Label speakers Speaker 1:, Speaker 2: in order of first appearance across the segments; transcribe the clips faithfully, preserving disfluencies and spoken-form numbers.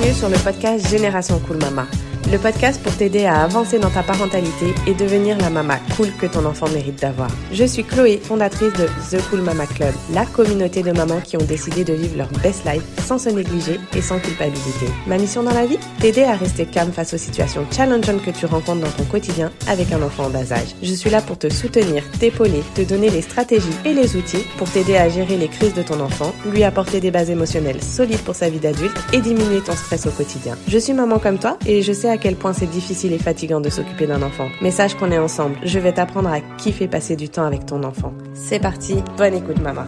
Speaker 1: Bienvenue sur le podcast Génération Cool Mama, le podcast pour t'aider à avancer dans ta parentalité et devenir la maman cool que ton enfant mérite d'avoir. Je suis Chloé, fondatrice de The Cool Mama Club, la communauté de mamans qui ont décidé de vivre leur best life sans se négliger et sans culpabilité. Ma mission dans la vie ? T'aider à rester calme face aux situations challengeantes que tu rencontres dans ton quotidien avec un enfant en bas âge. Je suis là pour te soutenir, t'épauler, te donner les stratégies et les outils pour t'aider à gérer les crises de ton enfant, lui apporter des bases émotionnelles solides pour sa vie d'adulte et diminuer ton stress au quotidien. Je suis maman comme toi et je sais à quel point c'est difficile et fatigant de s'occuper d'un enfant. Mais sache qu'on est ensemble. Je vais t'apprendre à kiffer passer du temps avec ton enfant. C'est parti, bonne écoute maman.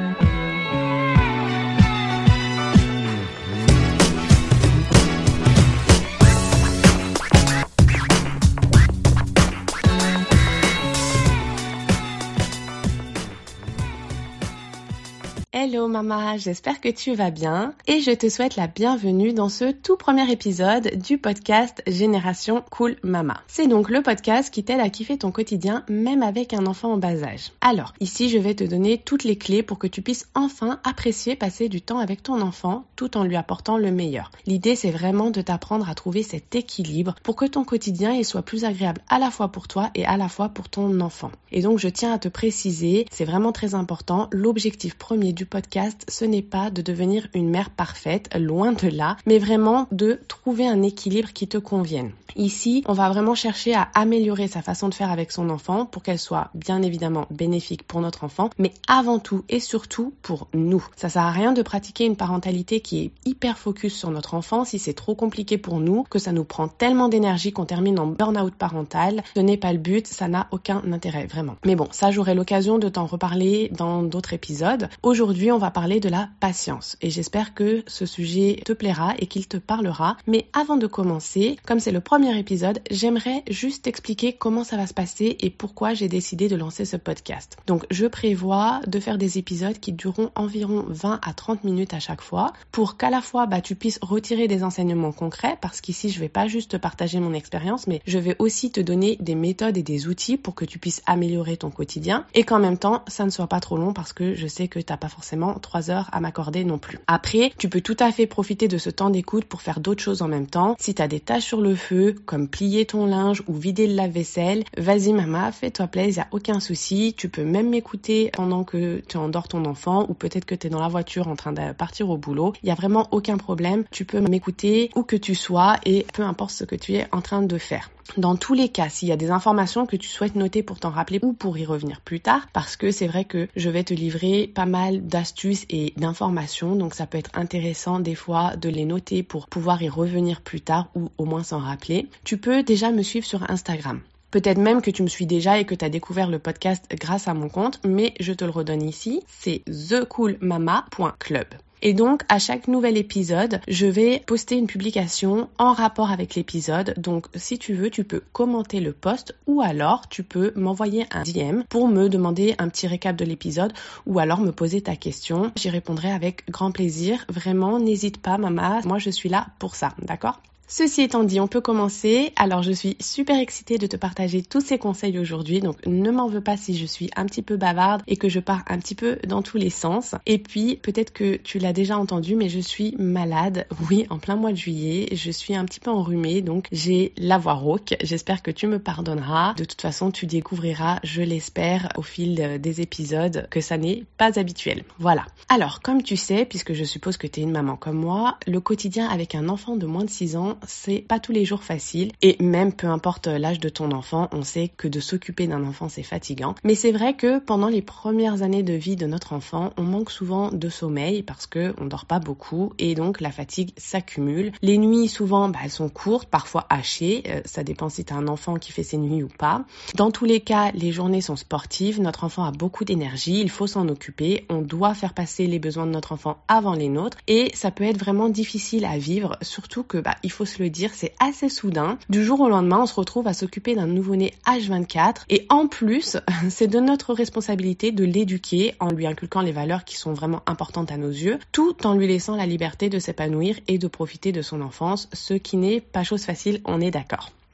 Speaker 1: Hello maman, j'espère que tu vas bien et je te souhaite la bienvenue dans ce tout premier épisode du podcast Génération Cool Mama. C'est donc le podcast qui t'aide à kiffer ton quotidien même avec un enfant en bas âge. Alors, ici je vais te donner toutes les clés pour que tu puisses enfin apprécier passer du temps avec ton enfant tout en lui apportant le meilleur. L'idée c'est vraiment de t'apprendre à trouver cet équilibre pour que ton quotidien il soit plus agréable à la fois pour toi et à la fois pour ton enfant. Et donc je tiens à te préciser, c'est vraiment très important, l'objectif premier du podcast, ce n'est pas de devenir une mère parfaite, loin de là, mais vraiment de trouver un équilibre qui te convienne. Ici, on va vraiment chercher à améliorer sa façon de faire avec son enfant pour qu'elle soit bien évidemment bénéfique pour notre enfant, mais avant tout et surtout pour nous. Ça sert à rien de pratiquer une parentalité qui est hyper focus sur notre enfant si c'est trop compliqué pour nous, que ça nous prend tellement d'énergie qu'on termine en burn-out parental. Ce n'est pas le but, ça n'a aucun intérêt, vraiment. Mais bon, ça j'aurai l'occasion de t'en reparler dans d'autres épisodes. Aujourd'hui, on va parler de la patience et j'espère que ce sujet te plaira et qu'il te parlera. Mais avant de commencer, comme c'est le premier épisode, j'aimerais juste t'expliquer comment ça va se passer et pourquoi j'ai décidé de lancer ce podcast. Donc, je prévois de faire des épisodes qui dureront environ vingt à trente minutes à chaque fois pour qu'à la fois, bah, tu puisses retirer des enseignements concrets parce qu'ici, je vais pas juste te partager mon expérience, mais je vais aussi te donner des méthodes et des outils pour que tu puisses améliorer ton quotidien et qu'en même temps, ça ne soit pas trop long parce que je sais que t'as pas forcément trois heures à m'accorder non plus. Après, tu peux tout à fait profiter de ce temps d'écoute pour faire d'autres choses en même temps. Si t'as des tâches sur le feu, comme plier ton linge ou vider le lave-vaisselle, vas-y maman, fais-toi plaisir, y a aucun souci. Tu peux même m'écouter pendant que tu endors ton enfant ou peut-être que tu es dans la voiture en train de partir au boulot. Il y a vraiment aucun problème. Tu peux m'écouter où que tu sois et peu importe ce que tu es en train de faire. Dans tous les cas, s'il y a des informations que tu souhaites noter pour t'en rappeler ou pour y revenir plus tard, parce que c'est vrai que je vais te livrer pas mal d'astuces et d'informations, donc ça peut être intéressant des fois de les noter pour pouvoir y revenir plus tard ou au moins s'en rappeler. Tu peux déjà me suivre sur Instagram. Peut-être même que tu me suis déjà et que tu as découvert le podcast grâce à mon compte, mais je te le redonne ici, c'est the cool mama point club. Et donc, à chaque nouvel épisode, je vais poster une publication en rapport avec l'épisode. Donc, si tu veux, tu peux commenter le post ou alors tu peux m'envoyer un D M pour me demander un petit récap de l'épisode ou alors me poser ta question. J'y répondrai avec grand plaisir. Vraiment, n'hésite pas, maman. Moi, je suis là pour ça, d'accord ? Ceci étant dit, on peut commencer. Alors, je suis super excitée de te partager tous ces conseils aujourd'hui. Donc, ne m'en veux pas si je suis un petit peu bavarde et que je pars un petit peu dans tous les sens. Et puis, peut-être que tu l'as déjà entendu, mais je suis malade. Oui, en plein mois de juillet, je suis un petit peu enrhumée. Donc, j'ai la voix rauque. J'espère que tu me pardonneras. De toute façon, tu découvriras, je l'espère, au fil des épisodes, que ça n'est pas habituel. Voilà. Alors, comme tu sais, puisque je suppose que tu es une maman comme moi, le quotidien avec un enfant de moins de six ans, c'est pas tous les jours facile et même peu importe l'âge de ton enfant, on sait que de s'occuper d'un enfant c'est fatigant. Mais c'est vrai que pendant les premières années de vie de notre enfant, on manque souvent de sommeil parce que on dort pas beaucoup et donc la fatigue s'accumule. Les nuits souvent bah, elles sont courtes, parfois hachées, euh, ça dépend si tu as un enfant qui fait ses nuits ou pas. Dans tous les cas, les journées sont sportives, notre enfant a beaucoup d'énergie, il faut s'en occuper, on doit faire passer les besoins de notre enfant avant les nôtres et ça peut être vraiment difficile à vivre, surtout que bah, il faut se le dire, c'est assez soudain. Du jour au lendemain, on se retrouve à s'occuper d'un nouveau-né H vingt-quatre et en plus, c'est de notre responsabilité de l'éduquer en lui inculquant les valeurs qui sont vraiment importantes à nos yeux, tout en lui laissant la liberté de s'épanouir et de profiter de son enfance, ce qui n'est pas chose facile, on est d'accord.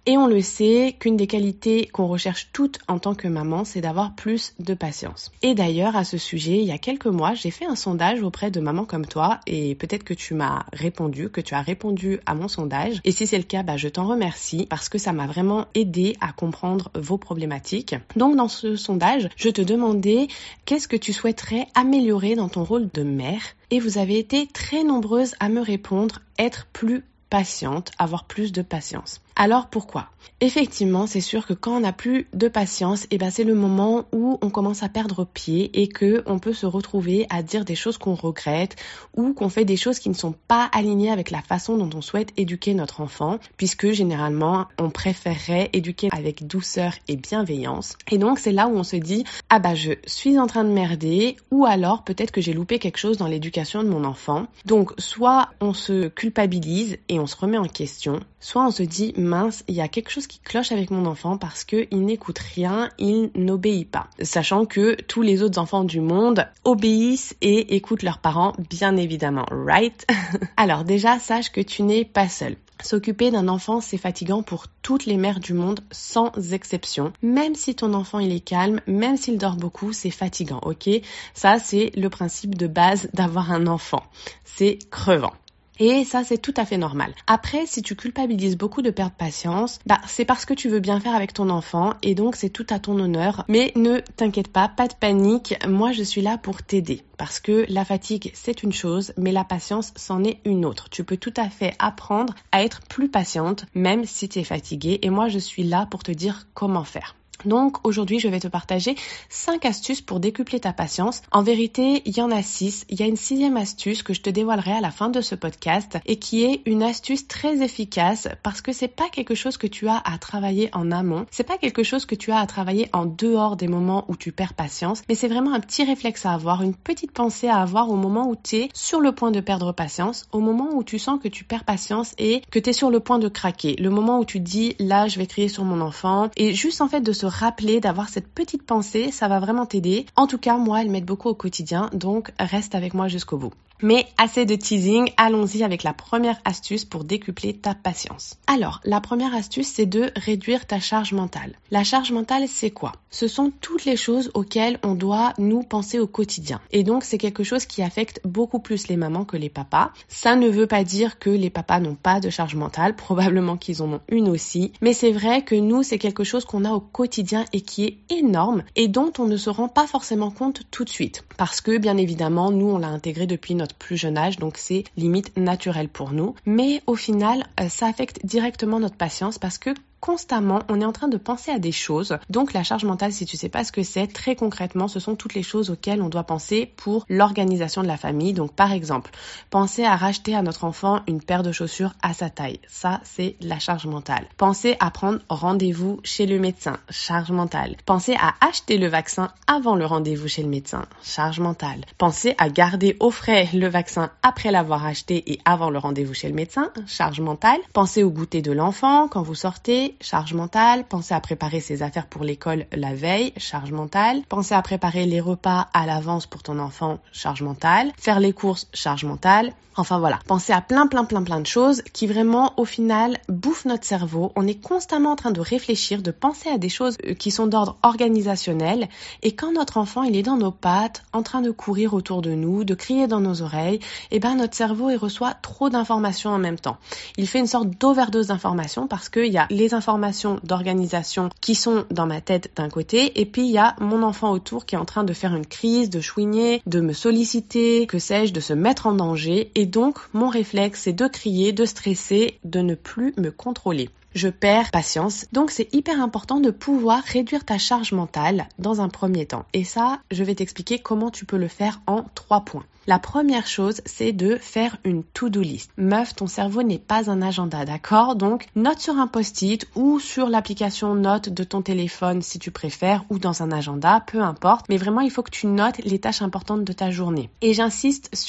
Speaker 1: Et on le sait qu'une des qualités qu'on recherche toutes en tant que maman, c'est d'avoir plus de patience. Et d'ailleurs, à ce sujet, il y a quelques mois, j'ai fait un sondage auprès de mamans comme toi et peut-être que tu m'as répondu, que tu as répondu à mon sondage. Et si c'est le cas, bah, je t'en remercie parce que ça m'a vraiment aidé à comprendre vos problématiques. Donc dans ce sondage, je te demandais qu'est-ce que tu souhaiterais améliorer dans ton rôle de mère et vous avez été très nombreuses à me répondre être plus patiente, avoir plus de patience. Alors pourquoi ? Effectivement, c'est sûr que quand on n'a plus de patience, eh ben c'est le moment où on commence à perdre pied et que on peut se retrouver à dire des choses qu'on regrette ou qu'on fait des choses qui ne sont pas alignées avec la façon dont on souhaite éduquer notre enfant, puisque généralement on préférerait éduquer avec douceur et bienveillance. Et donc c'est là où on se dit ah bah je suis en train de merder ou alors peut-être que j'ai loupé quelque chose dans l'éducation de mon enfant. Donc soit on se culpabilise et on se remet en question, soit on se dit mince, il y a quelque chose qui cloche avec mon enfant parce que il n'écoute rien, il n'obéit pas. Sachant que tous les autres enfants du monde obéissent et écoutent leurs parents, bien évidemment, right? Alors déjà, sache que tu n'es pas seule. S'occuper d'un enfant, c'est fatigant pour toutes les mères du monde, sans exception. Même si ton enfant, il est calme, même s'il dort beaucoup, c'est fatigant, ok? Ça, c'est le principe de base d'avoir un enfant. C'est crevant. Et ça, c'est tout à fait normal. Après, si tu culpabilises beaucoup de perdre patience, bah, c'est parce que tu veux bien faire avec ton enfant et donc c'est tout à ton honneur. Mais ne t'inquiète pas, pas de panique. Moi, je suis là pour t'aider parce que la fatigue, c'est une chose, mais la patience, c'en est une autre. Tu peux tout à fait apprendre à être plus patiente, même si tu es fatiguée. Et moi, je suis là pour te dire comment faire. Donc aujourd'hui, je vais te partager cinq astuces pour décupler ta patience. En vérité, il y en a six. Il y a une sixième astuce que je te dévoilerai à la fin de ce podcast et qui est une astuce très efficace parce que c'est pas quelque chose que tu as à travailler en amont. C'est pas quelque chose que tu as à travailler en dehors des moments où tu perds patience, mais c'est vraiment un petit réflexe à avoir, une petite pensée à avoir au moment où tu es sur le point de perdre patience, au moment où tu sens que tu perds patience et que tu es sur le point de craquer. Le moment où tu te dis là, je vais crier sur mon enfant et juste en fait de se rappeler, d'avoir cette petite pensée, ça va vraiment t'aider. En tout cas, moi, elle m'aide beaucoup au quotidien, donc reste avec moi jusqu'au bout. Mais assez de teasing, allons-y avec la première astuce pour décupler ta patience. Alors, la première astuce, c'est de réduire ta charge mentale. La charge mentale, c'est quoi ? Ce sont toutes les choses auxquelles on doit nous penser au quotidien. Et donc, c'est quelque chose qui affecte beaucoup plus les mamans que les papas. Ça ne veut pas dire que les papas n'ont pas de charge mentale, probablement qu'ils en ont une aussi. Mais c'est vrai que nous, c'est quelque chose qu'on a au quotidien et qui est énorme et dont on ne se rend pas forcément compte tout de suite. Parce que, bien évidemment, nous, on l'a intégré depuis notre plus jeune âge, donc c'est limite naturel pour nous. Mais au final, ça affecte directement notre patience parce que constamment, on est en train de penser à des choses. Donc la charge mentale, si tu sais pas ce que c'est, très concrètement, ce sont toutes les choses auxquelles on doit penser pour l'organisation de la famille. Donc par exemple, penser à racheter à notre enfant une paire de chaussures à sa taille. Ça, c'est la charge mentale. Penser à prendre rendez-vous chez le médecin. Charge mentale. Penser à acheter le vaccin avant le rendez-vous chez le médecin. Charge mentale. Penser à garder au frais le vaccin après l'avoir acheté et avant le rendez-vous chez le médecin. Charge mentale. Penser au goûter de l'enfant quand vous sortez. Charge mentale, penser à préparer ses affaires pour l'école la veille, charge mentale, penser à préparer les repas à l'avance pour ton enfant, charge mentale, faire les courses, charge mentale, enfin voilà, penser à plein plein plein plein de choses qui vraiment au final bouffent notre cerveau. On est constamment en train de réfléchir, de penser à des choses qui sont d'ordre organisationnel et quand notre enfant il est dans nos pattes, en train de courir autour de nous, de crier dans nos oreilles, et ben notre cerveau il reçoit trop d'informations en même temps. Il fait une sorte d'overdose d'informations parce qu'il y a les informations d'organisation qui sont dans ma tête d'un côté et puis il y a mon enfant autour qui est en train de faire une crise, de chouiner, de me solliciter, que sais-je, de se mettre en danger et donc mon réflexe c'est de crier, de stresser, de ne plus me contrôler. Je perds patience. Donc c'est hyper important de pouvoir réduire ta charge mentale dans un premier temps. Et ça, je vais t'expliquer comment tu peux le faire en trois points. La première chose, c'est de faire une to-do list. Meuf, ton cerveau n'est pas un agenda, d'accord ? Donc, note sur un post-it ou sur l'application note de ton téléphone si tu préfères ou dans un agenda, peu importe. Mais vraiment, il faut que tu notes les tâches importantes de ta journée. Et j'insiste sur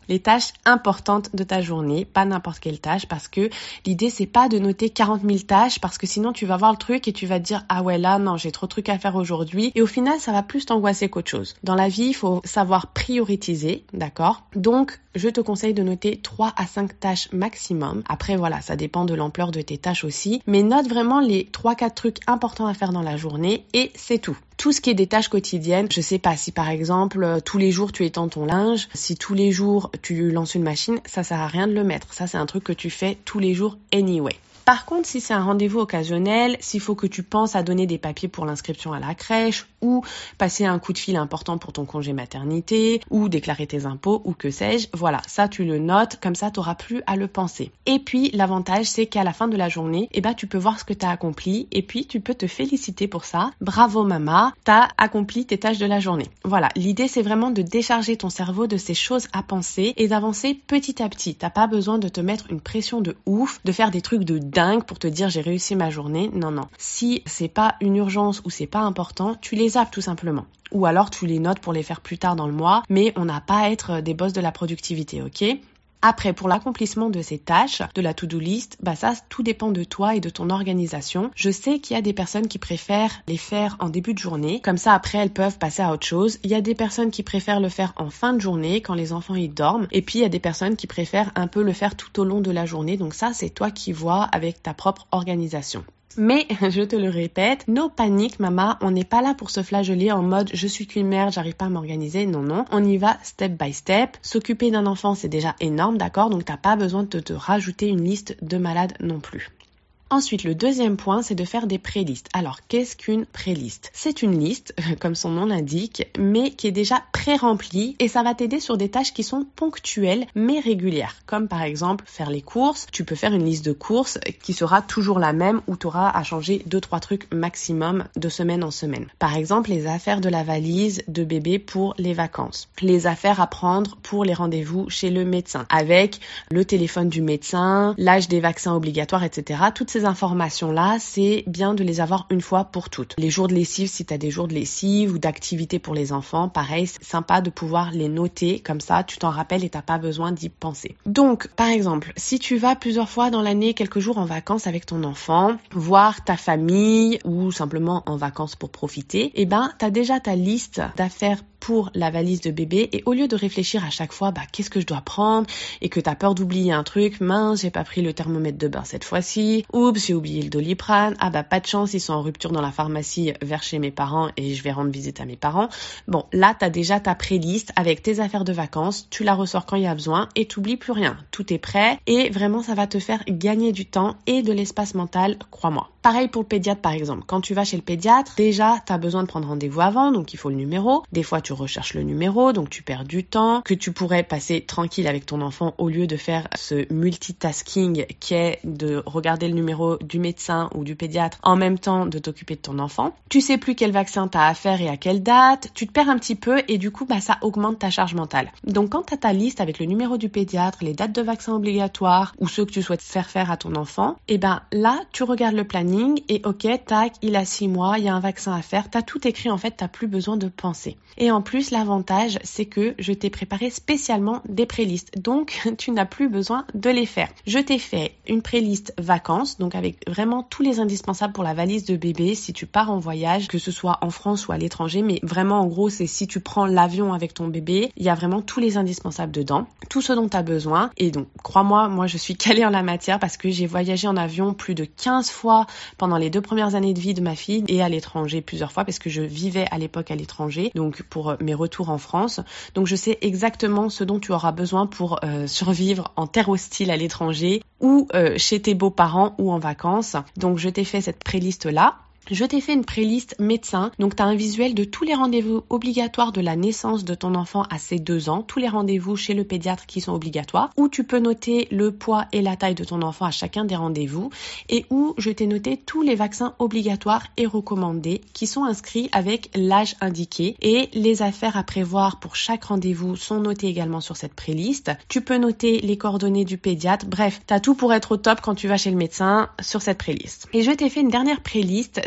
Speaker 1: les tâches importantes de ta journée, pas n'importe quelle tâche, parce que l'idée c'est pas de noter quarante mille tâches, parce que sinon tu vas voir le truc et tu vas te dire ah ouais là non j'ai trop de trucs à faire aujourd'hui, et au final ça va plus t'angoisser qu'autre chose. Dans la vie il faut savoir prioriser, d'accord? Donc je te conseille de noter trois à cinq tâches maximum. Après voilà, ça dépend de l'ampleur de tes tâches aussi, mais note vraiment les trois quatre trucs importants à faire dans la journée et c'est tout. Tout ce qui est des tâches quotidiennes, je sais pas, si par exemple euh, tous les jours tu étends ton linge, si tous les jours tu lances une machine, ça sert à rien de le mettre. Ça c'est un truc que tu fais tous les jours anyway. Par contre, si c'est un rendez-vous occasionnel, s'il faut que tu penses à donner des papiers pour l'inscription à la crèche ou passer un coup de fil important pour ton congé maternité ou déclarer tes impôts ou que sais-je, voilà, ça tu le notes, comme ça tu n'auras plus à le penser. Et puis l'avantage c'est qu'à la fin de la journée, eh ben, tu peux voir ce que tu as accompli et puis tu peux te féliciter pour ça. Bravo maman, tu as accompli tes tâches de la journée. Voilà, l'idée c'est vraiment de décharger ton cerveau de ces choses à penser et d'avancer petit à petit. T'as pas besoin de te mettre une pression de ouf, de faire des trucs de dingue pour te dire j'ai réussi ma journée. Non, non. Si c'est pas une urgence ou c'est pas important, tu les zappes tout simplement. Ou alors tu les notes pour les faire plus tard dans le mois, mais on n'a pas à être des boss de la productivité, ok ? Après, pour l'accomplissement de ces tâches, de la to-do list, bah ça, tout dépend de toi et de ton organisation. Je sais qu'il y a des personnes qui préfèrent les faire en début de journée. Comme ça, après, elles peuvent passer à autre chose. Il y a des personnes qui préfèrent le faire en fin de journée, quand les enfants y dorment. Et puis, il y a des personnes qui préfèrent un peu le faire tout au long de la journée. Donc ça, c'est toi qui vois avec ta propre organisation. Mais, je te le répète, no panique maman, on n'est pas là pour se flageller en mode je suis qu'une merde, j'arrive pas à m'organiser, non non, on y va step by step. S'occuper d'un enfant c'est déjà énorme, d'accord, donc t'as pas besoin de te rajouter une liste de malades non plus. Ensuite, le deuxième point, c'est de faire des pré-listes. Alors, qu'est-ce qu'une pré-liste ? C'est une liste, comme son nom l'indique, mais qui est déjà pré-remplie et ça va t'aider sur des tâches qui sont ponctuelles mais régulières. Comme par exemple, faire les courses. Tu peux faire une liste de courses qui sera toujours la même où tu auras à changer deux trois trucs maximum de semaine en semaine. Par exemple, les affaires de la valise de bébé pour les vacances. Les affaires à prendre pour les rendez-vous chez le médecin. Avec le téléphone du médecin, l'âge des vaccins obligatoires, et cetera. Toutes ces informations-là, c'est bien de les avoir une fois pour toutes. Les jours de lessive, si tu as des jours de lessive ou d'activité pour les enfants, pareil, c'est sympa de pouvoir les noter, comme ça tu t'en rappelles et t'as pas besoin d'y penser. Donc, par exemple, si tu vas plusieurs fois dans l'année, quelques jours en vacances avec ton enfant, voir ta famille ou simplement en vacances pour profiter, eh ben, t'as déjà ta liste d'affaires pour la valise de bébé et au lieu de réfléchir à chaque fois, bah, qu'est-ce que je dois prendre et que t'as peur d'oublier un truc, mince, j'ai pas pris le thermomètre de bain cette fois-ci, oups, j'ai oublié le Doliprane, ah bah pas de chance, ils sont en rupture dans la pharmacie vers chez mes parents et je vais rendre visite à mes parents. Bon, là, t'as déjà ta pré-liste avec tes affaires de vacances, tu la ressors quand il y a besoin et t'oublies plus rien. Tout est prêt et vraiment, ça va te faire gagner du temps et de l'espace mental, crois-moi. Pareil pour le pédiatre, par exemple. Quand tu vas chez le pédiatre, déjà, t'as besoin de prendre rendez-vous avant, donc il faut le numéro. Des fois, tu recherches le numéro, donc tu perds du temps que tu pourrais passer tranquille avec ton enfant au lieu de faire ce multitasking qui est de regarder le numéro du médecin ou du pédiatre en même temps de t'occuper de ton enfant. Tu sais plus quel vaccin t'as à faire et à quelle date, tu te perds un petit peu et du coup, bah, ça augmente ta charge mentale. Donc, quand t'as ta liste avec le numéro du pédiatre, les dates de vaccins obligatoires ou ceux que tu souhaites faire faire à ton enfant, et ben là, tu regardes le planning et ok, tac, il a six mois, il y a un vaccin à faire, t'as tout écrit en fait, t'as plus besoin de penser. Et en plus, l'avantage, c'est que je t'ai préparé spécialement des pré-listes, donc tu n'as plus besoin de les faire. Je t'ai fait une pré-liste vacances, donc avec vraiment tous les indispensables pour la valise de bébé si tu pars en voyage, que ce soit en France ou à l'étranger, mais vraiment en gros, c'est si tu prends l'avion avec ton bébé, il y a vraiment tous les indispensables dedans, tout ce dont tu as besoin. Et donc, crois-moi, moi je suis calée en la matière parce que j'ai voyagé en avion plus de quinze fois pendant les deux premières années de vie de ma fille et à l'étranger plusieurs fois parce que je vivais à l'époque à l'étranger, donc pour mes retours en France. Donc je sais exactement ce dont tu auras besoin pour euh, survivre en terre hostile à l'étranger ou euh, chez tes beaux-parents ou en vacances. Donc je t'ai fait cette pré-liste-là. Je t'ai fait une pré-liste médecin, donc tu as un visuel de tous les rendez-vous obligatoires de la naissance de ton enfant à ses deux ans, tous les rendez-vous chez le pédiatre qui sont obligatoires, où tu peux noter le poids et la taille de ton enfant à chacun des rendez-vous, et où je t'ai noté tous les vaccins obligatoires et recommandés qui sont inscrits avec l'âge indiqué, et les affaires à prévoir pour chaque rendez-vous sont notées également sur cette pré-liste. Tu peux noter les coordonnées du pédiatre, bref, tu as tout pour être au top quand tu vas chez le médecin sur cette pré-liste. Et je t'ai fait une dernière pré-liste,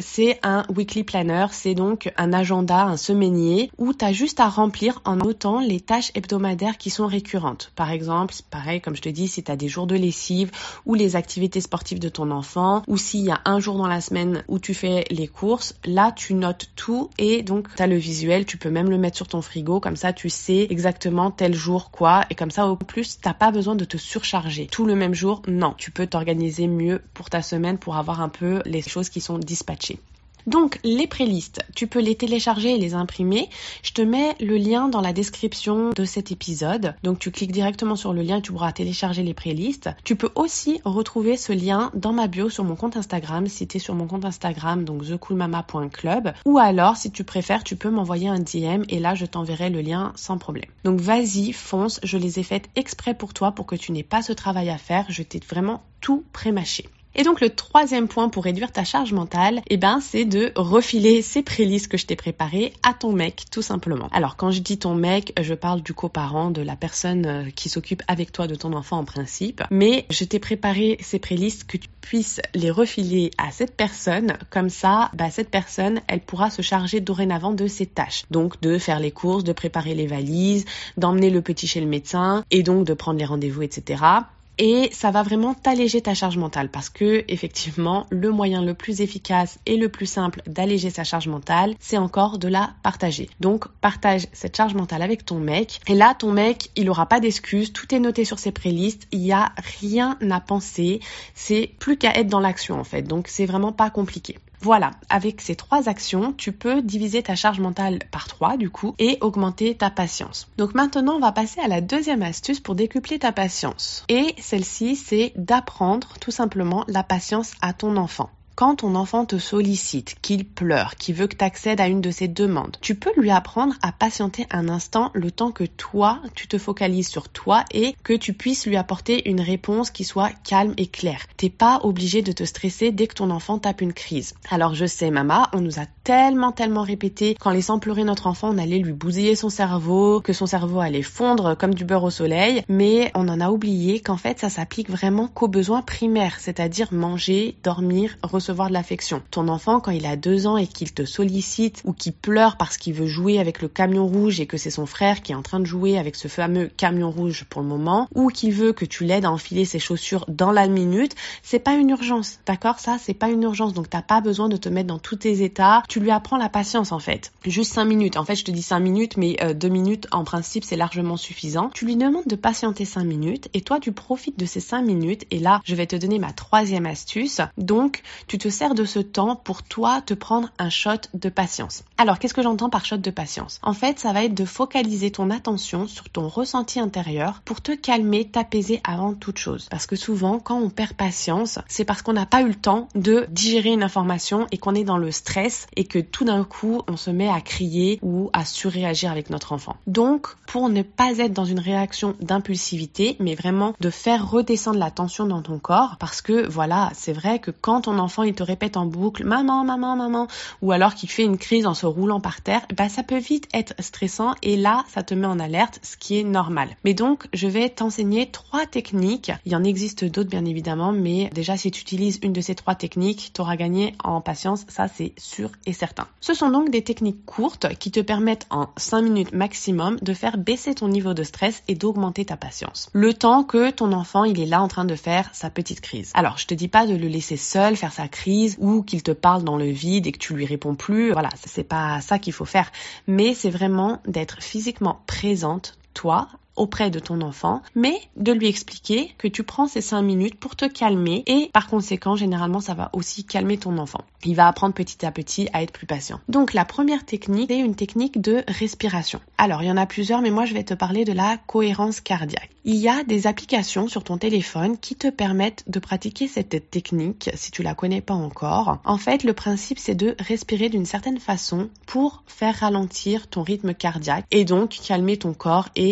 Speaker 1: c'est un weekly planner, c'est donc un agenda, un semainier où tu as juste à remplir en notant les tâches hebdomadaires qui sont récurrentes. Par exemple, c'est pareil, comme je te dis, si tu as des jours de lessive ou les activités sportives de ton enfant, ou s'il y a un jour dans la semaine où tu fais les courses, là tu notes tout et donc tu as le visuel, tu peux même le mettre sur ton frigo, comme ça tu sais exactement tel jour quoi, et comme ça au plus t'as pas besoin de te surcharger. Tout le même jour, non, tu peux t'organiser mieux pour ta semaine pour avoir un peu les choses qui sont dispatchées. Donc, les playlists, tu peux les télécharger et les imprimer. Je te mets le lien dans la description de cet épisode. Donc, tu cliques directement sur le lien et tu pourras télécharger les playlists. Tu peux aussi retrouver ce lien dans ma bio sur mon compte Instagram, si tu es sur mon compte Instagram, donc the cool mama point club. Ou alors, si tu préfères, tu peux m'envoyer un D M et là, je t'enverrai le lien sans problème. Donc, vas-y, fonce. Je les ai faites exprès pour toi pour que tu n'aies pas ce travail à faire. Je t'ai vraiment tout pré-mâché. Et donc le troisième point pour réduire ta charge mentale, eh ben, c'est de refiler ces playlists que je t'ai préparées à ton mec, tout simplement. Alors quand je dis ton mec, je parle du coparent, de la personne qui s'occupe avec toi de ton enfant en principe. Mais je t'ai préparé ces playlists que tu puisses les refiler à cette personne. Comme ça, bah, cette personne, elle pourra se charger dorénavant de ses tâches. Donc de faire les courses, de préparer les valises, d'emmener le petit chez le médecin et donc de prendre les rendez-vous, et cetera. Et ça va vraiment t'alléger ta charge mentale parce que, effectivement, le moyen le plus efficace et le plus simple d'alléger sa charge mentale, c'est encore de la partager. Donc, partage cette charge mentale avec ton mec. Et là, ton mec, il aura pas d'excuses. Tout est noté sur ses playlists. Il y a rien à penser. C'est plus qu'à être dans l'action, en fait. Donc, c'est vraiment pas compliqué. Voilà, avec ces trois actions, tu peux diviser ta charge mentale par trois du coup et augmenter ta patience. Donc maintenant, on va passer à la deuxième astuce pour décupler ta patience. Et celle-ci, c'est d'apprendre tout simplement la patience à ton enfant. Quand ton enfant te sollicite, qu'il pleure, qu'il veut que tu accèdes à une de ses demandes, tu peux lui apprendre à patienter un instant le temps que toi, tu te focalises sur toi et que tu puisses lui apporter une réponse qui soit calme et claire. T'es pas obligé de te stresser dès que ton enfant tape une crise. Alors je sais, maman, on nous a tellement, tellement répété qu'en laissant pleurer notre enfant, on allait lui bousiller son cerveau, que son cerveau allait fondre comme du beurre au soleil, mais on en a oublié qu'en fait, ça s'applique vraiment qu'aux besoins primaires, c'est-à-dire manger, dormir, recevoir de l'affection. Ton enfant, quand il a deux ans et qu'il te sollicite ou qu'il pleure parce qu'il veut jouer avec le camion rouge et que c'est son frère qui est en train de jouer avec ce fameux camion rouge pour le moment, ou qu'il veut que tu l'aides à enfiler ses chaussures dans la minute, c'est pas une urgence, d'accord? Ça, c'est pas une urgence, donc t'as pas besoin de te mettre dans tous tes états. Tu lui apprends la patience, en fait. Juste cinq minutes. En fait, je te dis cinq minutes, mais euh, deux minutes, en principe, c'est largement suffisant. Tu lui demandes de patienter cinq minutes et toi, tu profites de ces cinq minutes et là, je vais te donner ma troisième astuce. Donc, tu te sers de ce temps pour toi te prendre un shot de patience. Alors, qu'est-ce que j'entends par shot de patience? En fait, ça va être de focaliser ton attention sur ton ressenti intérieur pour te calmer, t'apaiser avant toute chose. Parce que souvent, quand on perd patience, c'est parce qu'on n'a pas eu le temps de digérer une information et qu'on est dans le stress et que tout d'un coup, on se met à crier ou à surréagir avec notre enfant. Donc, pour ne pas être dans une réaction d'impulsivité, mais vraiment de faire redescendre la tension dans ton corps, parce que voilà, c'est vrai que quand ton enfant il te répète en boucle maman, maman, maman, ou alors qu'il fait une crise en se roulant par terre, bah ça peut vite être stressant et là ça te met en alerte, ce qui est normal. Mais donc je vais t'enseigner trois techniques. Il y en existe d'autres bien évidemment, mais déjà si tu utilises une de ces trois techniques, tu auras gagné en patience, ça c'est sûr et certain. Ce sont donc des techniques courtes qui te permettent en cinq minutes maximum de faire baisser ton niveau de stress et d'augmenter ta patience. Le temps que ton enfant il est là en train de faire sa petite crise. Alors je te dis pas de le laisser seul faire sa crise ou qu'il te parle dans le vide et que tu lui réponds plus. Voilà, c'est pas ça qu'il faut faire. Mais c'est vraiment d'être physiquement présente, toi, auprès de ton enfant, mais de lui expliquer que tu prends ces cinq minutes pour te calmer et par conséquent, généralement, ça va aussi calmer ton enfant. Il va apprendre petit à petit à être plus patient. Donc, la première technique, c'est une technique de respiration. Alors, il y en a plusieurs, mais moi, je vais te parler de la cohérence cardiaque. Il y a des applications sur ton téléphone qui te permettent de pratiquer cette technique si tu la connais pas encore. En fait, le principe, c'est de respirer d'une certaine façon pour faire ralentir ton rythme cardiaque et donc calmer ton corps et par conséquent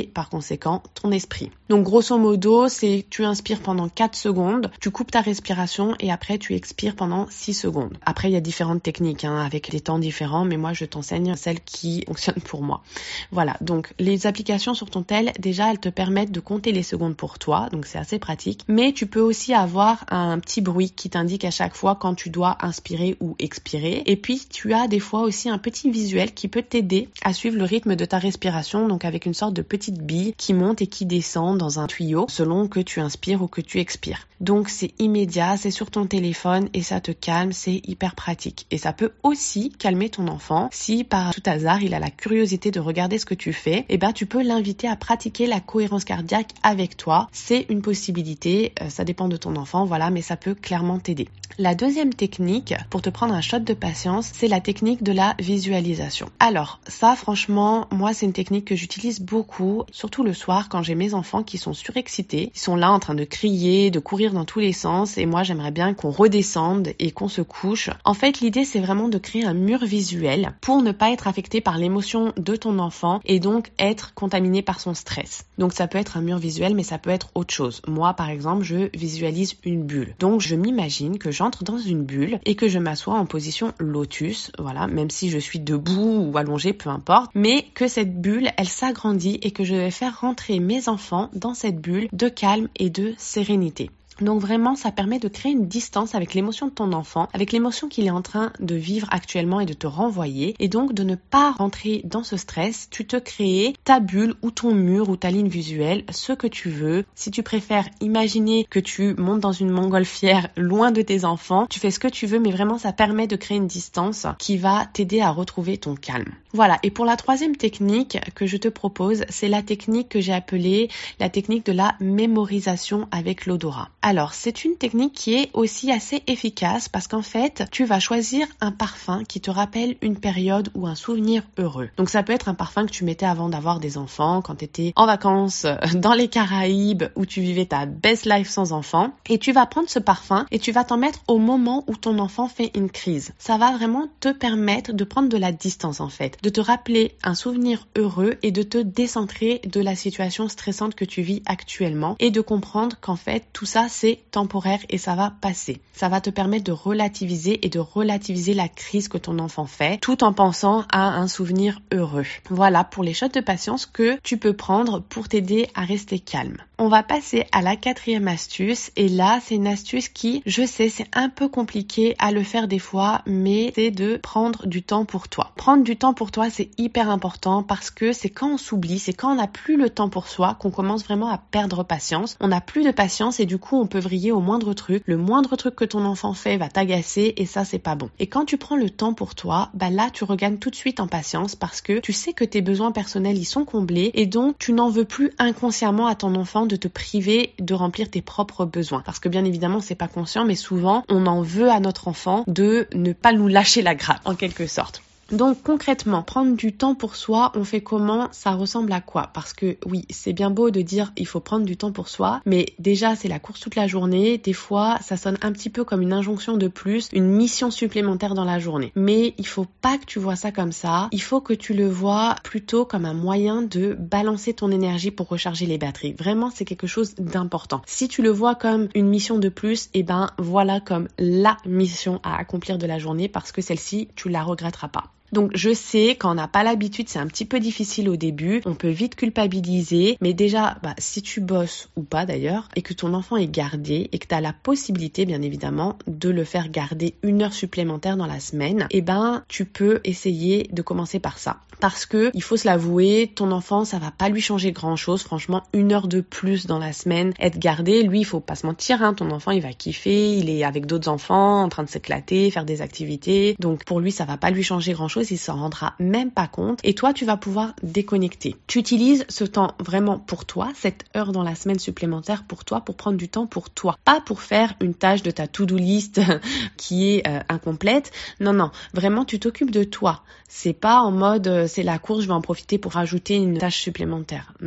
Speaker 1: conséquent ton esprit. Donc grosso modo, c'est tu inspires pendant quatre secondes, tu coupes ta respiration et après tu expires pendant six secondes. Après, il y a différentes techniques hein, avec des temps différents, mais moi je t'enseigne celle qui fonctionne pour moi. Voilà, donc les applications sur ton tel, déjà elles te permettent de compter les secondes pour toi, donc c'est assez pratique, mais tu peux aussi avoir un petit bruit qui t'indique à chaque fois quand tu dois inspirer ou expirer. Et puis tu as des fois aussi un petit visuel qui peut t'aider à suivre le rythme de ta respiration, donc avec une sorte de petite bille qui monte et qui descend dans un tuyau selon que tu inspires ou que tu expires. Donc c'est immédiat, c'est sur ton téléphone et ça te calme, c'est hyper pratique. Et ça peut aussi calmer ton enfant. Si par tout hasard il a la curiosité de regarder ce que tu fais, eh ben tu peux l'inviter à pratiquer la cohérence cardiaque avec toi. C'est une possibilité, euh, ça dépend de ton enfant, voilà, mais ça peut clairement t'aider. La deuxième technique pour te prendre un shot de patience, c'est la technique de la visualisation. Alors ça franchement, moi c'est une technique que j'utilise beaucoup, surtout le soir quand j'ai mes enfants qui sont surexcités, ils sont là en train de crier, de courir dans tous les sens et moi j'aimerais bien qu'on redescende et qu'on se couche. En fait l'idée c'est vraiment de créer un mur visuel pour ne pas être affecté par l'émotion de ton enfant et donc être contaminé par son stress. Donc ça peut être un mur visuel mais ça peut être autre chose. Moi par exemple je visualise une bulle. Donc je m'imagine que j'entre dans une bulle et que je m'assois en position lotus, voilà, même si je suis debout ou allongée, peu importe, mais que cette bulle elle s'agrandit et que je vais faire rentrer mes enfants dans cette bulle de calme et de sérénité. Donc vraiment, ça permet de créer une distance avec l'émotion de ton enfant, avec l'émotion qu'il est en train de vivre actuellement et de te renvoyer. Et donc de ne pas rentrer dans ce stress, tu te crées ta bulle ou ton mur ou ta ligne visuelle, ce que tu veux. Si tu préfères imaginer que tu montes dans une montgolfière loin de tes enfants, tu fais ce que tu veux, mais vraiment ça permet de créer une distance qui va t'aider à retrouver ton calme. Voilà, et pour la troisième technique que je te propose, c'est la technique que j'ai appelée la technique de la mémorisation avec l'odorat. Alors, c'est une technique qui est aussi assez efficace parce qu'en fait, tu vas choisir un parfum qui te rappelle une période ou un souvenir heureux. Donc ça peut être un parfum que tu mettais avant d'avoir des enfants, quand tu étais en vacances dans les Caraïbes où tu vivais ta best life sans enfants. Et tu vas prendre ce parfum et tu vas t'en mettre au moment où ton enfant fait une crise. Ça va vraiment te permettre de prendre de la distance en fait, de te rappeler un souvenir heureux et de te décentrer de la situation stressante que tu vis actuellement et de comprendre qu'en fait tout ça c'est temporaire et ça va passer. Ça va te permettre de relativiser et de relativiser la crise que ton enfant fait tout en pensant à un souvenir heureux. Voilà pour les shots de patience que tu peux prendre pour t'aider à rester calme. On va passer à la quatrième astuce et là c'est une astuce qui, je sais, c'est un peu compliqué à le faire des fois, mais c'est de prendre du temps pour toi. Prendre du temps pour toi c'est hyper important parce que c'est quand on s'oublie, c'est quand on n'a plus le temps pour soi qu'on commence vraiment à perdre patience. On n'a plus de patience et du coup on peut vriller au moindre truc. Le moindre truc que ton enfant fait va t'agacer et ça c'est pas bon. Et quand tu prends le temps pour toi, bah là tu regagnes tout de suite en patience parce que tu sais que tes besoins personnels ils sont comblés et donc tu n'en veux plus inconsciemment à ton enfant de te priver de remplir tes propres besoins. Parce que bien évidemment c'est pas conscient mais souvent on en veut à notre enfant de ne pas nous lâcher la grappe en quelque sorte. Donc concrètement, prendre du temps pour soi, on fait comment? Ça ressemble à quoi? Parce que oui, c'est bien beau de dire il faut prendre du temps pour soi, mais déjà c'est la course toute la journée, des fois ça sonne un petit peu comme une injonction de plus, une mission supplémentaire dans la journée. Mais il faut pas que tu vois ça comme ça, il faut que tu le vois plutôt comme un moyen de balancer ton énergie pour recharger les batteries. Vraiment c'est quelque chose d'important. Si tu le vois comme une mission de plus, et ben voilà comme la mission à accomplir de la journée parce que celle-ci tu la regretteras pas. Donc je sais, quand on n'a pas l'habitude, c'est un petit peu difficile au début, on peut vite culpabiliser, mais déjà, bah, si tu bosses ou pas d'ailleurs, et que ton enfant est gardé, et que tu as la possibilité, bien évidemment, de le faire garder une heure supplémentaire dans la semaine, et ben tu peux essayer de commencer par ça. Parce que, il faut se l'avouer, ton enfant, ça va pas lui changer grand chose, franchement, une heure de plus dans la semaine, être gardé, lui, il faut pas se mentir, hein, ton enfant, il va kiffer, il est avec d'autres enfants, en train de s'éclater, faire des activités, donc pour lui, ça va pas lui changer grand chose, il s'en rendra même pas compte et toi tu vas pouvoir déconnecter. Tu utilises ce temps vraiment pour toi, cette heure dans la semaine supplémentaire pour toi, pour prendre du temps pour toi, pas pour faire une tâche de ta to-do list qui est euh, incomplète. Non non, vraiment tu t'occupes de toi. C'est pas en mode euh, c'est la course, je vais en profiter pour rajouter une tâche supplémentaire. Non non.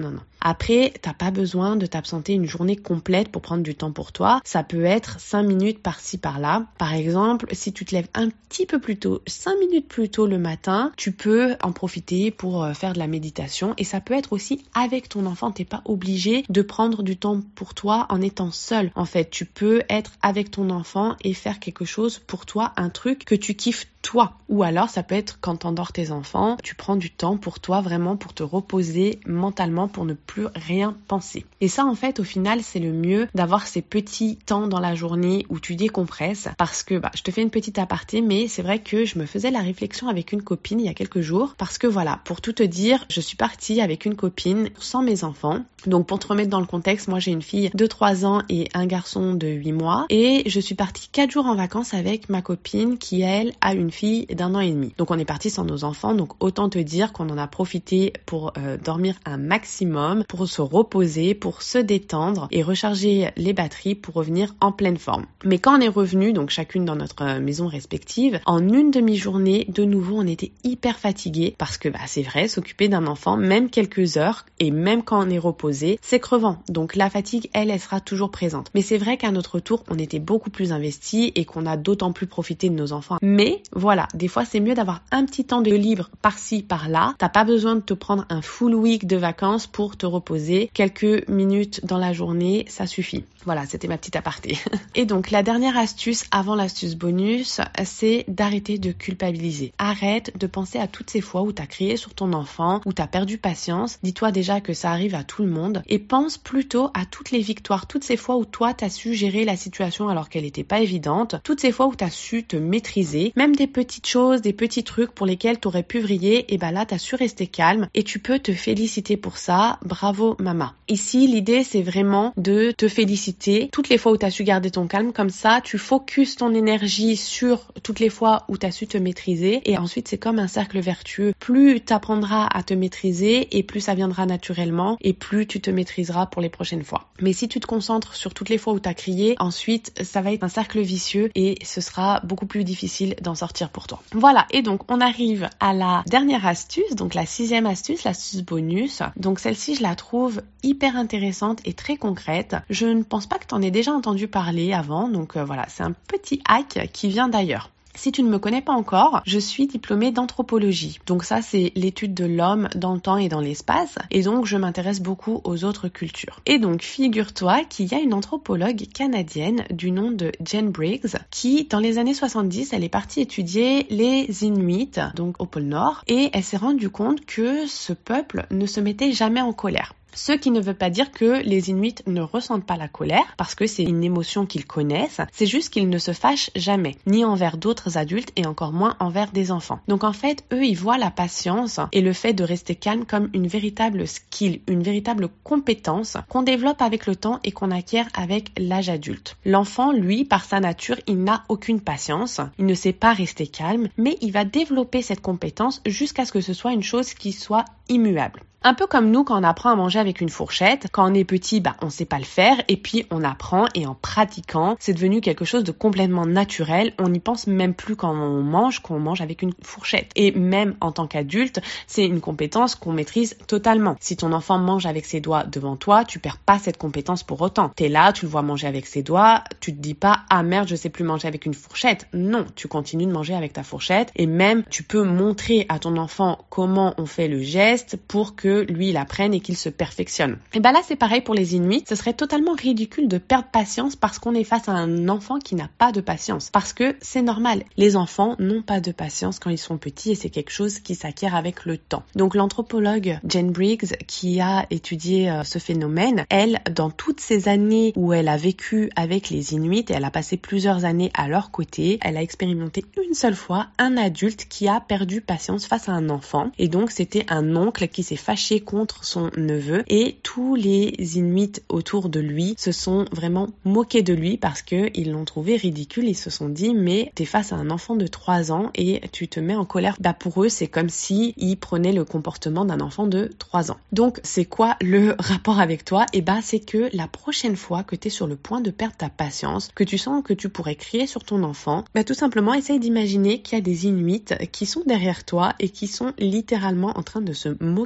Speaker 1: Après, t'as pas besoin de t'absenter une journée complète pour prendre du temps pour toi. Ça peut être cinq minutes par-ci par-là. Par exemple, si tu te lèves un petit peu plus tôt, cinq minutes plus tôt le matin, tu peux en profiter pour faire de la méditation et ça peut être aussi avec ton enfant. T'es pas obligé de prendre du temps pour toi en étant seul. En fait, tu peux être avec ton enfant et faire quelque chose pour toi, un truc que tu kiffes toi. Ou alors, ça peut être quand t'endors tes enfants, tu prends du temps pour toi, vraiment pour te reposer mentalement, pour ne plus rien penser. Et ça, en fait, au final, c'est le mieux d'avoir ces petits temps dans la journée où tu décompresses parce que, bah, je te fais une petite aparté, mais c'est vrai que je me faisais la réflexion avec une copine il y a quelques jours parce que voilà, pour tout te dire, je suis partie avec une copine sans mes enfants. Donc, pour te remettre dans le contexte, moi, j'ai une fille de trois ans et un garçon de huit mois et je suis partie quatre jours en vacances avec ma copine qui, elle, a une fille d'un an et demi. Donc, on est parti sans nos enfants. Donc, autant te dire qu'on en a profité pour euh, dormir un maximum, pour se reposer, pour se détendre et recharger les batteries pour revenir en pleine forme. Mais quand on est revenu, donc chacune dans notre maison respective, en une demi-journée, de nouveau, on était hyper fatigués parce que bah, c'est vrai, s'occuper d'un enfant, même quelques heures et même quand on est reposé, c'est crevant. Donc la fatigue, elle, elle sera toujours présente. Mais c'est vrai qu'à notre tour, on était beaucoup plus investis et qu'on a d'autant plus profité de nos enfants. Mais voilà, des fois, c'est mieux d'avoir un petit temps de libre par-ci, par-là. T'as pas besoin de te prendre un full week de vacances pour te reposer. Quelques minutes dans la journée, ça suffit. Voilà, c'était ma petite aparté. Et donc, la dernière astuce avant l'astuce bonus, c'est d'arrêter de culpabiliser. Arrête de penser à toutes ces fois où t'as crié sur ton enfant, où t'as perdu patience. Dis-toi déjà que ça arrive à tout le monde et pense plutôt à toutes les victoires, toutes ces fois où toi, t'as su gérer la situation alors qu'elle n'était pas évidente, toutes ces fois où t'as su te maîtriser, même des petites choses, des petits trucs pour lesquels t'aurais pu vriller, et ben là, t'as su rester calme et tu peux te féliciter pour ça. Bravo, maman. Ici, l'idée, c'est vraiment de te féliciter toutes les fois où tu as su garder ton calme. Comme ça, tu focuses ton énergie sur toutes les fois où tu as su te maîtriser et ensuite, c'est comme un cercle vertueux. Plus tu apprendras à te maîtriser et plus ça viendra naturellement et plus tu te maîtriseras pour les prochaines fois. Mais si tu te concentres sur toutes les fois où tu as crié, ensuite, ça va être un cercle vicieux et ce sera beaucoup plus difficile d'en sortir pour toi. Voilà, et donc on arrive à la dernière astuce, donc la sixième astuce, l'astuce bonus. Donc celle-ci, je la trouve hyper intéressante et très concrète. Je ne pense pas que tu en aies déjà entendu parler avant, donc euh, voilà, c'est un petit hack qui vient d'ailleurs. Si tu ne me connais pas encore, je suis diplômée d'anthropologie. Donc ça, c'est l'étude de l'homme dans le temps et dans l'espace. Et donc, je m'intéresse beaucoup aux autres cultures. Et donc, figure-toi qu'il y a une anthropologue canadienne du nom de Jane Briggs qui, dans les années soixante-dix, elle est partie étudier les Inuits, donc au pôle Nord. Et elle s'est rendue compte que ce peuple ne se mettait jamais en colère. Ce qui ne veut pas dire que les Inuits ne ressentent pas la colère, parce que c'est une émotion qu'ils connaissent, c'est juste qu'ils ne se fâchent jamais, ni envers d'autres adultes et encore moins envers des enfants. Donc en fait, eux, ils voient la patience et le fait de rester calme comme une véritable skill, une véritable compétence qu'on développe avec le temps et qu'on acquiert avec l'âge adulte. L'enfant, lui, par sa nature, il n'a aucune patience, il ne sait pas rester calme, mais il va développer cette compétence jusqu'à ce que ce soit une chose qui soit immuable. Un peu comme nous quand on apprend à manger avec une fourchette. Quand on est petit, bah, on sait pas le faire et puis on apprend et en pratiquant, c'est devenu quelque chose de complètement naturel. On n'y pense même plus quand on mange, qu'on mange avec une fourchette. Et même en tant qu'adulte, c'est une compétence qu'on maîtrise totalement. Si ton enfant mange avec ses doigts devant toi, tu perds pas cette compétence pour autant. T'es là, tu le vois manger avec ses doigts, tu te dis pas « Ah merde, je sais plus manger avec une fourchette ». Non, tu continues de manger avec ta fourchette et même tu peux montrer à ton enfant comment on fait le geste pour que lui il apprenne et qu'il se perfectionne. Et ben là c'est pareil pour les Inuits, ce serait totalement ridicule de perdre patience parce qu'on est face à un enfant qui n'a pas de patience, parce que c'est normal, les enfants n'ont pas de patience quand ils sont petits et c'est quelque chose qui s'acquiert avec le temps. Donc l'anthropologue Jane Briggs qui a étudié euh, ce phénomène, elle dans toutes ces années où elle a vécu avec les Inuits et elle a passé plusieurs années à leur côté, elle a expérimenté une seule fois un adulte qui a perdu patience face à un enfant et donc c'était un oncle qui s'est fâché contre son neveu et tous les Inuits autour de lui se sont vraiment moqués de lui parce que ils l'ont trouvé ridicule. Ils se sont dit mais t'es face à un enfant de trois ans et tu te mets en colère. Bah pour eux c'est comme si ils prenaient le comportement d'un enfant de trois ans. Donc c'est quoi le rapport avec toi? Et bah c'est que la prochaine fois que t'es sur le point de perdre ta patience, que tu sens que tu pourrais crier sur ton enfant, bah tout simplement essaye d'imaginer qu'il y a des Inuits qui sont derrière toi et qui sont littéralement en train de se moquer de ta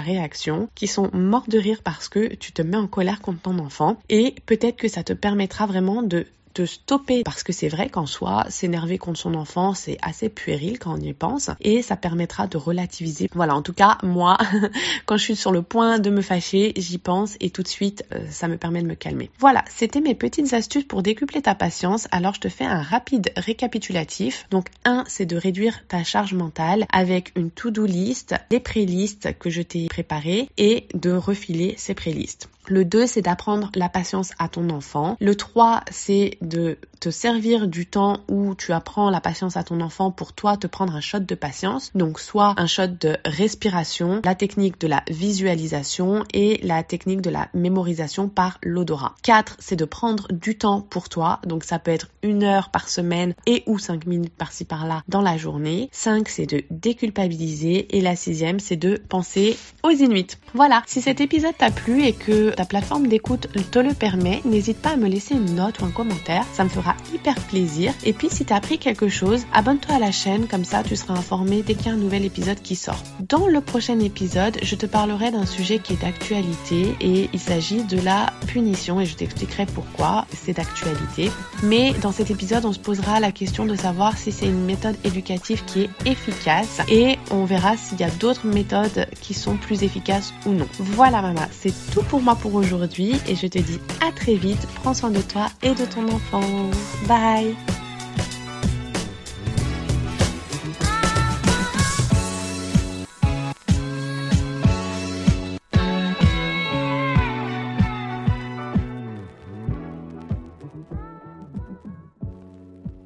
Speaker 1: réaction, qui sont morts de rire parce que tu te mets en colère contre ton enfant et peut-être que ça te permettra vraiment de te stopper parce que c'est vrai qu'en soi, s'énerver contre son enfant, c'est assez puéril quand on y pense et ça permettra de relativiser. Voilà, en tout cas, moi, quand je suis sur le point de me fâcher, j'y pense et tout de suite, euh, ça me permet de me calmer. Voilà, c'était mes petites astuces pour décupler ta patience. Alors, je te fais un rapide récapitulatif. Donc, un, c'est de réduire ta charge mentale avec une to-do list, des playlists que je t'ai préparées et de refiler ces playlists. Le deux, c'est d'apprendre la patience à ton enfant. Le trois, c'est de te servir du temps où tu apprends la patience à ton enfant pour toi te prendre un shot de patience. Donc soit un shot de respiration, la technique de la visualisation et la technique de la mémorisation par l'odorat. quatre, c'est de prendre du temps pour toi. Donc ça peut être une heure par semaine et ou cinq minutes par-ci par-là dans la journée. cinq, c'est de déculpabiliser. Et la sixième, c'est de penser aux Inuits. Voilà, si cet épisode t'a plu et que ta plateforme d'écoute te le permet, n'hésite pas à me laisser une note ou un commentaire, ça me fera hyper plaisir. Et puis si t'as appris quelque chose, abonne-toi à la chaîne, comme ça tu seras informé dès qu'il y a un nouvel épisode qui sort. Dans le prochain épisode, je te parlerai d'un sujet qui est d'actualité et il s'agit de la punition et je t'expliquerai pourquoi c'est d'actualité. Mais dans cet épisode, on se posera la question de savoir si c'est une méthode éducative qui est efficace et on verra s'il y a d'autres méthodes qui sont plus efficaces ou non. Voilà maman, c'est tout pour moi pour aujourd'hui et je te dis à très vite. Prends soin de toi et de ton enfant. Bye!